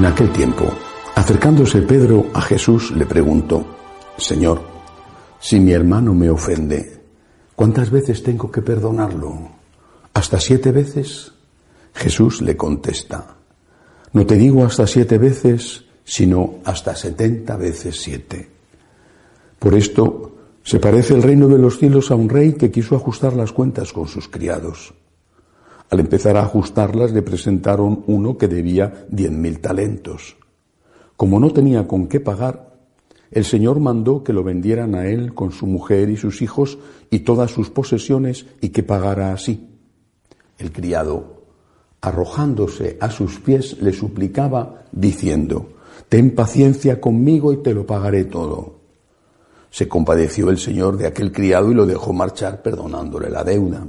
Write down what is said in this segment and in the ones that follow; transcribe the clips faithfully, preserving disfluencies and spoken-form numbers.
En aquel tiempo, acercándose Pedro a Jesús, le preguntó: Señor, si mi hermano me ofende, ¿cuántas veces tengo que perdonarlo? ¿Hasta siete veces? Jesús le contesta: no te digo hasta siete veces, sino hasta setenta veces siete. Por esto se parece el reino de los cielos a un rey que quiso ajustar las cuentas con sus criados. Al empezar a ajustarlas, le presentaron uno que debía diez mil talentos. Como no tenía con qué pagar, el Señor mandó que lo vendieran a él con su mujer y sus hijos y todas sus posesiones, y que pagara así. El criado, arrojándose a sus pies, le suplicaba, diciendo: ten paciencia conmigo y te lo pagaré todo. Se compadeció el Señor de aquel criado y lo dejó marchar, perdonándole la deuda.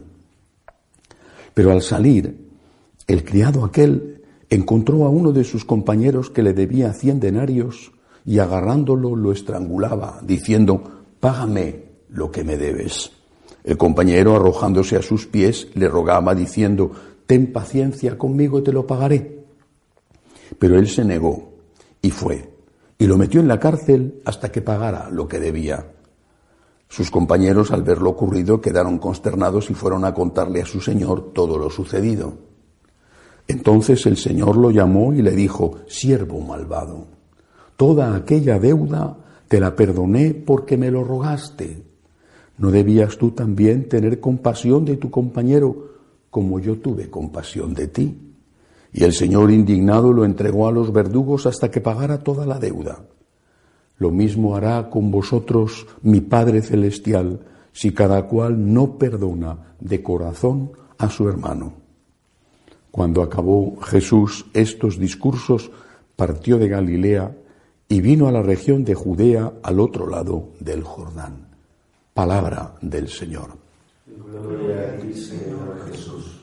Pero al salir, el criado aquel encontró a uno de sus compañeros que le debía cien denarios, y agarrándolo lo estrangulaba, diciendo: págame lo que me debes. El compañero, arrojándose a sus pies, le rogaba, diciendo: ten paciencia conmigo y te lo pagaré. Pero él se negó y fue, y lo metió en la cárcel hasta que pagara lo que debía. Sus compañeros, al ver lo ocurrido, quedaron consternados y fueron a contarle a su señor todo lo sucedido. Entonces el Señor lo llamó y le dijo: siervo malvado, toda aquella deuda te la perdoné porque me lo rogaste. ¿No debías tú también tener compasión de tu compañero como yo tuve compasión de ti? Y el Señor, indignado, lo entregó a los verdugos hasta que pagara toda la deuda. Lo mismo hará con vosotros mi Padre Celestial, si cada cual no perdona de corazón a su hermano. Cuando acabó Jesús estos discursos, partió de Galilea y vino a la región de Judea, al otro lado del Jordán. Palabra del Señor. Gloria a ti, Señor Jesús.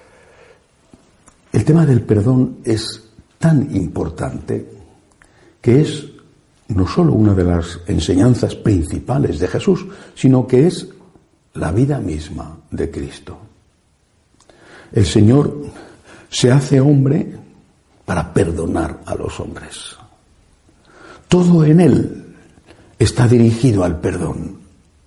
El tema del perdón es tan importante que es no solo una de las enseñanzas principales de Jesús, sino que es la vida misma de Cristo. El Señor se hace hombre para perdonar a los hombres. Todo en Él está dirigido al perdón.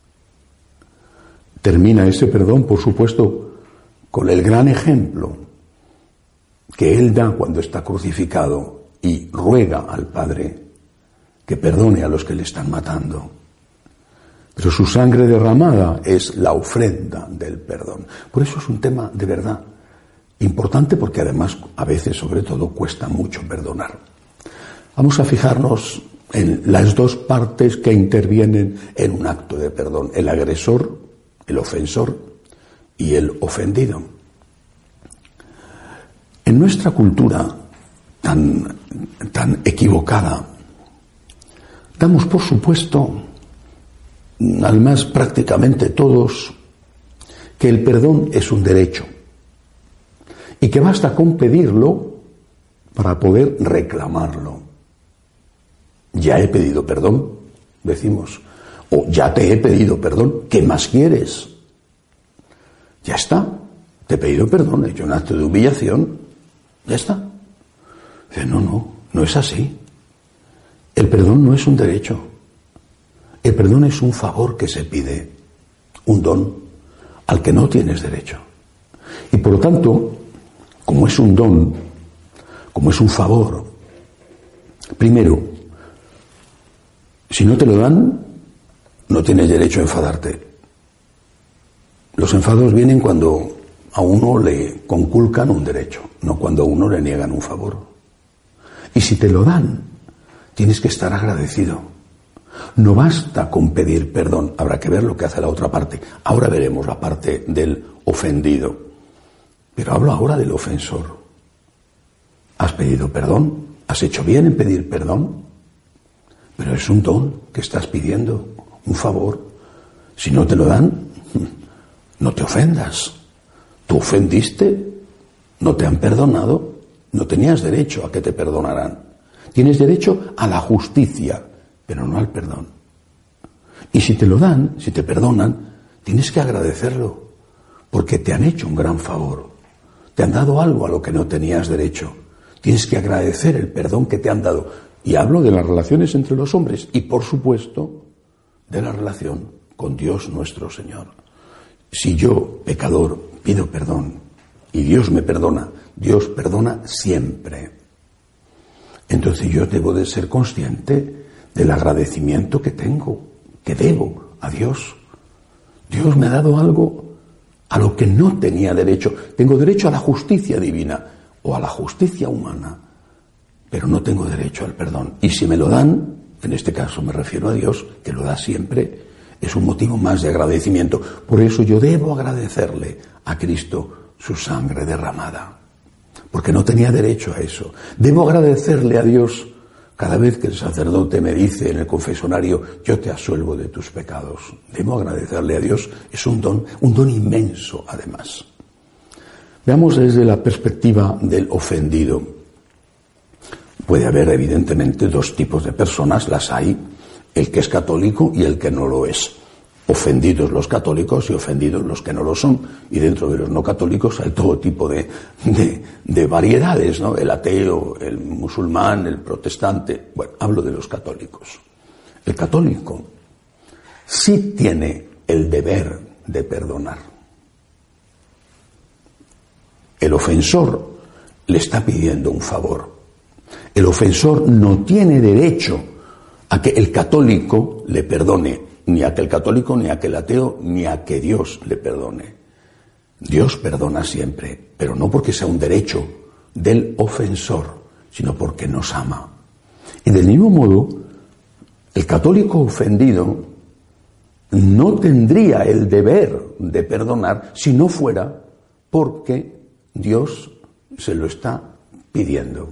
Termina ese perdón, por supuesto, con el gran ejemplo que Él da cuando está crucificado y ruega al Padre que perdone a los que le están matando. Pero su sangre derramada es la ofrenda del perdón. Por eso es un tema de verdad importante, porque además a veces, sobre todo, cuesta mucho perdonar. Vamos a fijarnos en las dos partes que intervienen en un acto de perdón: el agresor, el ofensor, y el ofendido. En nuestra cultura tan, tan equivocada, damos por supuesto, además prácticamente todos, que el perdón es un derecho y que basta con pedirlo para poder reclamarlo. Ya he pedido perdón, decimos, o ya te he pedido perdón, ¿qué más quieres? Ya está, te he pedido perdón, he hecho un acto de humillación, ya está. Dice, no, no, no es así. El perdón no es un derecho. El perdón es un favor que se pide, un don al que no tienes derecho. Y por lo tanto, como es un don, como es un favor, primero, si no te lo dan, no tienes derecho a enfadarte. Los enfados vienen cuando a uno le conculcan un derecho, no cuando a uno le niegan un favor. Y si te lo dan, tienes que estar agradecido. No basta con pedir perdón, habrá que ver lo que hace la otra parte. Ahora veremos la parte del ofendido. Pero hablo ahora del ofensor. ¿Has pedido perdón? ¿Has hecho bien en pedir perdón? Pero es un don que estás pidiendo, un favor. Si no te lo dan, no te ofendas. Tú ofendiste, no te han perdonado, no tenías derecho a que te perdonaran. Tienes derecho a la justicia, pero no al perdón. Y si te lo dan, si te perdonan, tienes que agradecerlo, porque te han hecho un gran favor. Te han dado algo a lo que no tenías derecho. Tienes que agradecer el perdón que te han dado. Y hablo de las relaciones entre los hombres y, por supuesto, de la relación con Dios nuestro Señor. Si yo, pecador, pido perdón y Dios me perdona, Dios perdona siempre. Entonces yo debo de ser consciente del agradecimiento que tengo, que debo a Dios. Dios me ha dado algo a lo que no tenía derecho. Tengo derecho a la justicia divina o a la justicia humana, pero no tengo derecho al perdón. Y si me lo dan, en este caso me refiero a Dios, que lo da siempre, es un motivo más de agradecimiento. Por eso yo debo agradecerle a Cristo su sangre derramada, porque no tenía derecho a eso. Debo agradecerle a Dios cada vez que el sacerdote me dice en el confesionario, yo te absuelvo de tus pecados. Debo agradecerle a Dios, es un don, un don inmenso además. Veamos desde la perspectiva del ofendido. Puede haber evidentemente dos tipos de personas, las hay, el que es católico y el que no lo es. Ofendidos los católicos y ofendidos los que no lo son. Y dentro de los no católicos hay todo tipo de, de, de variedades, ¿no? El ateo, el musulmán, el protestante. Bueno, hablo de los católicos. El católico sí tiene el deber de perdonar. El ofensor le está pidiendo un favor. El ofensor no tiene derecho a que el católico le perdone. Ni a que el católico, ni a que el ateo, ni a que Dios le perdone. Dios perdona siempre, pero no porque sea un derecho del ofensor, sino porque nos ama. Y del mismo modo, el católico ofendido no tendría el deber de perdonar si no fuera porque Dios se lo está pidiendo.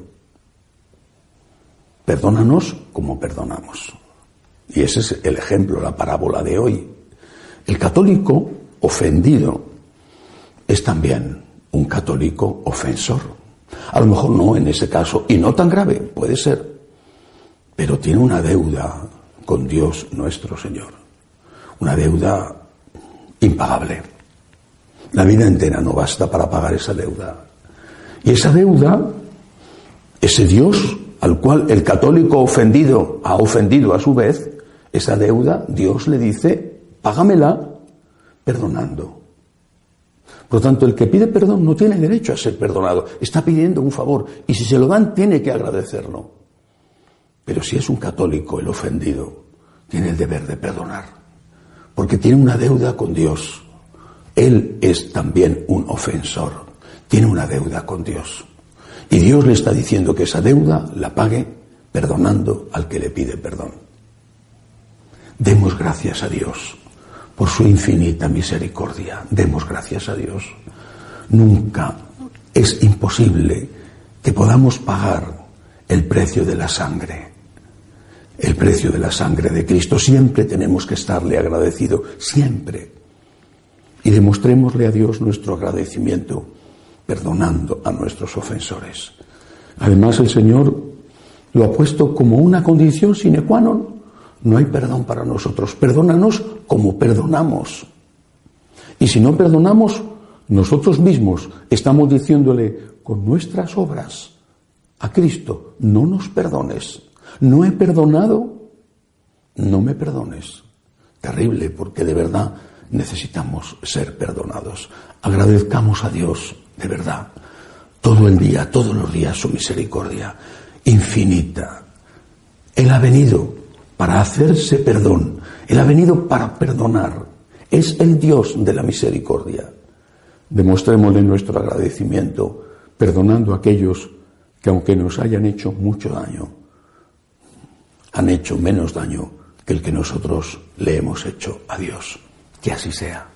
Perdónanos como perdonamos. Y ese es el ejemplo, la parábola de hoy. El católico ofendido es también un católico ofensor. A lo mejor no en ese caso, y no tan grave, puede ser, pero tiene una deuda con Dios nuestro Señor. Una deuda impagable. La vida entera no basta para pagar esa deuda. Y esa deuda, ese Dios al cual el católico ofendido ha ofendido a su vez, esa deuda, Dios le dice, págamela perdonando. Por lo tanto, el que pide perdón no tiene derecho a ser perdonado, está pidiendo un favor, y si se lo dan, tiene que agradecerlo. Pero si es un católico el ofendido, tiene el deber de perdonar, porque tiene una deuda con Dios. Él es también un ofensor, tiene una deuda con Dios. Y Dios le está diciendo que esa deuda la pague perdonando al que le pide perdón. Demos gracias a Dios por su infinita misericordia. Demos gracias a Dios. Nunca es imposible que podamos pagar el precio de la sangre. El precio de la sangre de Cristo. Siempre tenemos que estarle agradecidos. Siempre. Y demostrémosle a Dios nuestro agradecimiento perdonando a nuestros ofensores. Además, el Señor lo ha puesto como una condición sine qua non. No hay perdón para nosotros. Perdónanos como perdonamos. Y si no perdonamos, nosotros mismos estamos diciéndole con nuestras obras a Cristo, no nos perdones. No he perdonado, no me perdones. Terrible, porque de verdad necesitamos ser perdonados. Agradezcamos a Dios, de verdad, todo el día, todos los días, su misericordia infinita. Él ha venido para hacerse perdón. Él ha venido para perdonar. Es el Dios de la misericordia. Demostrémosle nuestro agradecimiento, perdonando a aquellos que, aunque nos hayan hecho mucho daño, han hecho menos daño que el que nosotros le hemos hecho a Dios. Que así sea.